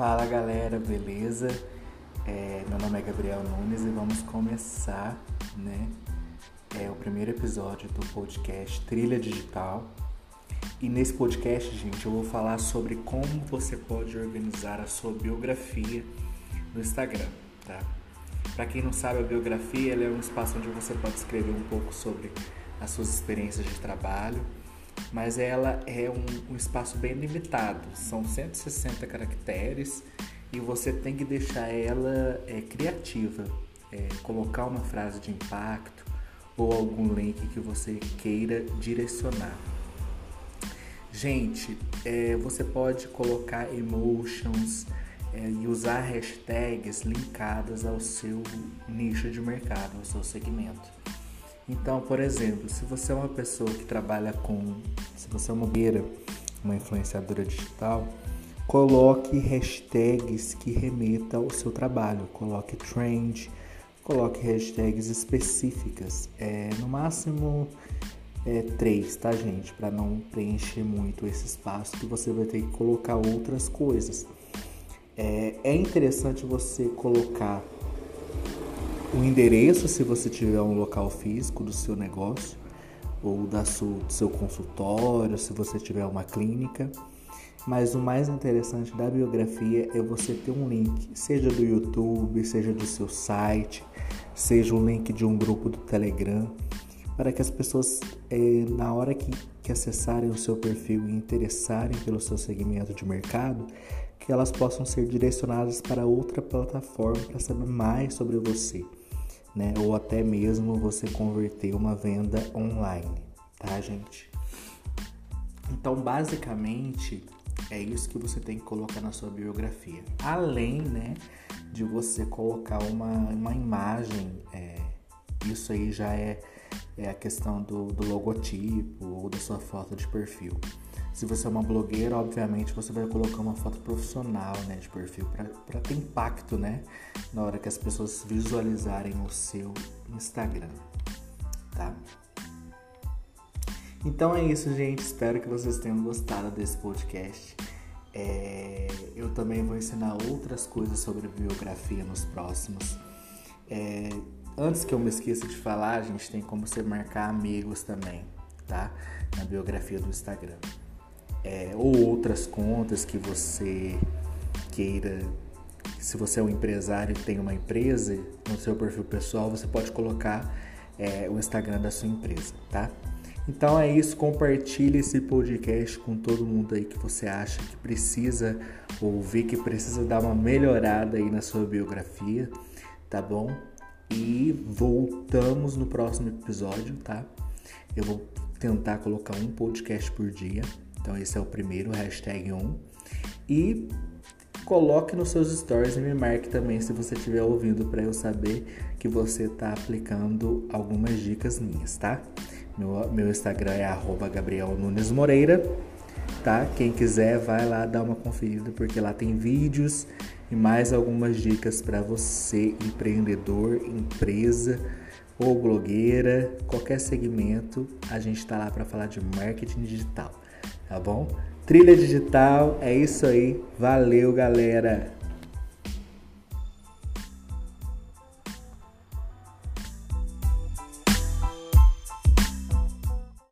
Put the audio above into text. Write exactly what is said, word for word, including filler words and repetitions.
Fala galera, beleza? É, meu nome é Gabriel Nunes e vamos começar, né? É o primeiro episódio do podcast Trilha Digital. E nesse podcast, gente, eu vou falar sobre como você pode organizar a sua biografia no Instagram, tá? Para quem não sabe, a biografia ela é um espaço onde você pode escrever um pouco sobre as suas experiências de trabalho, mas ela é um, um espaço bem limitado, são cento e sessenta caracteres e você tem que deixar ela é, criativa, é, colocar uma frase de impacto ou algum link que você queira direcionar. Gente, é, você pode colocar emotions é, e usar hashtags linkadas ao seu nicho de mercado, ao seu segmento. Então, por exemplo, se você é uma pessoa que trabalha com, se você é uma blogueira, uma influenciadora digital, coloque hashtags que remetam ao seu trabalho, coloque trend, coloque hashtags específicas, é, no máximo é, três, tá, gente? Para não preencher muito esse espaço que você vai ter que colocar outras coisas. É, é interessante você colocar o endereço, se você tiver um local físico do seu negócio ou da sua, do seu consultório, se você tiver uma clínica. Mas o mais interessante da biografia é você ter um link, seja do YouTube, seja do seu site, seja um link de um grupo do Telegram, para que as pessoas, é, na hora que, que acessarem o seu perfil e interessarem pelo seu segmento de mercado, que elas possam ser direcionadas para outra plataforma para saber mais sobre você, né? Ou até mesmo você converter uma venda online, tá, gente? Então, basicamente, é isso que você tem que colocar na sua biografia. Além, né, de você colocar uma, uma imagem, é, isso aí já é, é a questão do, do logotipo ou da sua foto de perfil. Se você é uma blogueira, obviamente você vai colocar uma foto profissional, né, de perfil para ter impacto, né, na hora que as pessoas visualizarem o seu Instagram, tá? Então é isso, gente. Espero que vocês tenham gostado desse podcast. É, eu também vou ensinar outras coisas sobre biografia nos próximos. É, antes que eu me esqueça de falar, a gente tem como você marcar amigos também, tá? Na biografia do Instagram. É, ou outras contas que você queira. Se você é um empresário e tem uma empresa, no seu perfil pessoal você pode colocar é, o Instagram da sua empresa, tá? Então é isso, compartilhe esse podcast com todo mundo aí que você acha que precisa ouvir, que precisa dar uma melhorada aí na sua biografia, tá bom? E voltamos no próximo episódio, tá? Eu vou tentar colocar um podcast por dia. Então esse é o primeiro, hashtag um. E coloque nos seus stories e me marque também se você estiver ouvindo para eu saber que você está aplicando algumas dicas minhas, tá? Meu, meu Instagram é arroba Gabriel Nunes Moreira, tá? Quem quiser vai lá dar uma conferida porque lá tem vídeos e mais algumas dicas para você, empreendedor, empresa ou blogueira, qualquer segmento, a gente está lá para falar de marketing digital. Tá bom? Trilha Digital, é isso aí. Valeu, galera!